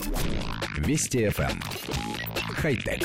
Вести FM. Хай-тек.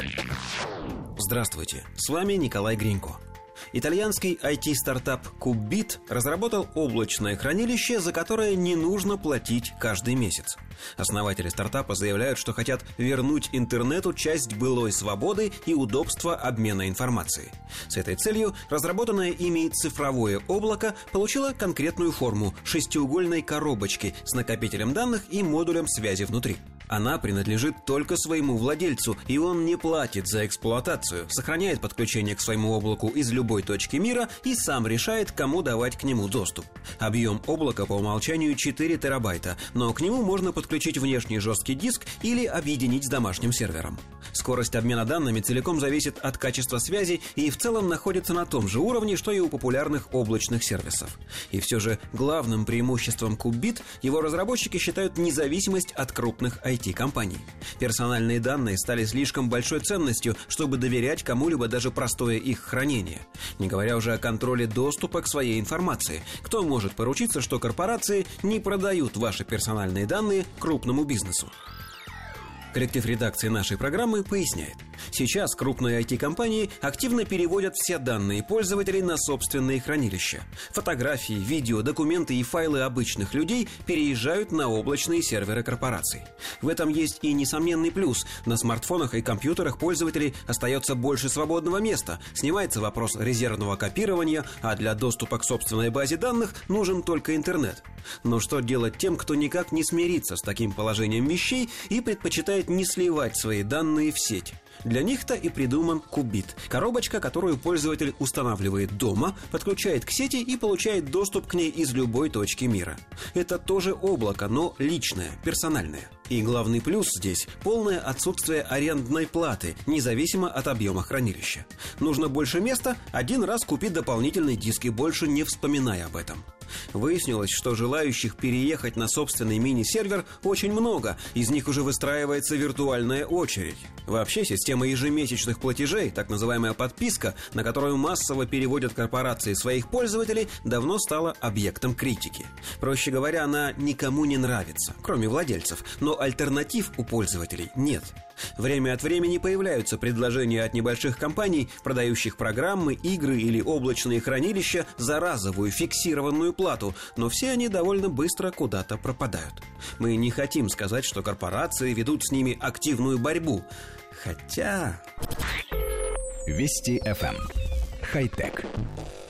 Здравствуйте, с вами Николай Гринько. Итальянский IT-стартап Кубит разработал облачное хранилище, за которое не нужно платить каждый месяц. Основатели стартапа заявляют, что хотят вернуть интернету часть былой свободы и удобства обмена информацией. С этой целью разработанное ими цифровое облако получило конкретную форму – шестиугольной коробочки с накопителем данных и модулем связи внутри. Она принадлежит только своему владельцу, и он не платит за эксплуатацию, сохраняет подключение к своему облаку из любой точки мира и сам решает, кому давать к нему доступ. Объем облака по умолчанию 4 терабайта, но к нему можно подключить внешний жесткий диск или объединить с домашним сервером. Скорость обмена данными целиком зависит от качества связи и в целом находится на том же уровне, что и у популярных облачных сервисов. И все же главным преимуществом Кубит его разработчики считают независимость от крупных IT-компаний. Персональные данные стали слишком большой ценностью, чтобы доверять кому-либо даже простое их хранение. Не говоря уже о контроле доступа к своей информации. Кто может поручиться, что корпорации не продают ваши персональные данные крупному бизнесу? Коллектив редакции нашей программы поясняет. Сейчас крупные IT-компании активно переводят все данные пользователей на собственные хранилища. Фотографии, видео, документы и файлы обычных людей переезжают на облачные серверы корпораций. В этом есть и несомненный плюс. На смартфонах и компьютерах пользователей остается больше свободного места, снимается вопрос резервного копирования, а для доступа к собственной базе данных нужен только интернет. Но что делать тем, кто никак не смирится с таким положением вещей и предпочитает не сливать свои данные в сеть? Для них-то и придуман Кубит. Коробочка, которую пользователь устанавливает дома, подключает к сети и получает доступ к ней из любой точки мира. Это тоже облако, но личное, персональное. И главный плюс здесь – полное отсутствие арендной платы, независимо от объема хранилища. Нужно больше места – один раз купить дополнительный диск и больше не вспоминай об этом. Выяснилось, что желающих переехать на собственный мини-сервер очень много, из них уже выстраивается виртуальная очередь. Вообще, система ежемесячных платежей, так называемая подписка, на которую массово переводят корпорации своих пользователей, давно стала объектом критики. Проще говоря, она никому не нравится, кроме владельцев, но альтернатив у пользователей нет. Время от времени появляются предложения от небольших компаний, продающих программы, игры или облачные хранилища за разовую фиксированную плату, но все они довольно быстро куда-то пропадают. Мы не хотим сказать, что корпорации ведут с ними активную борьбу. Хотя... Вести FM. Хай-тек.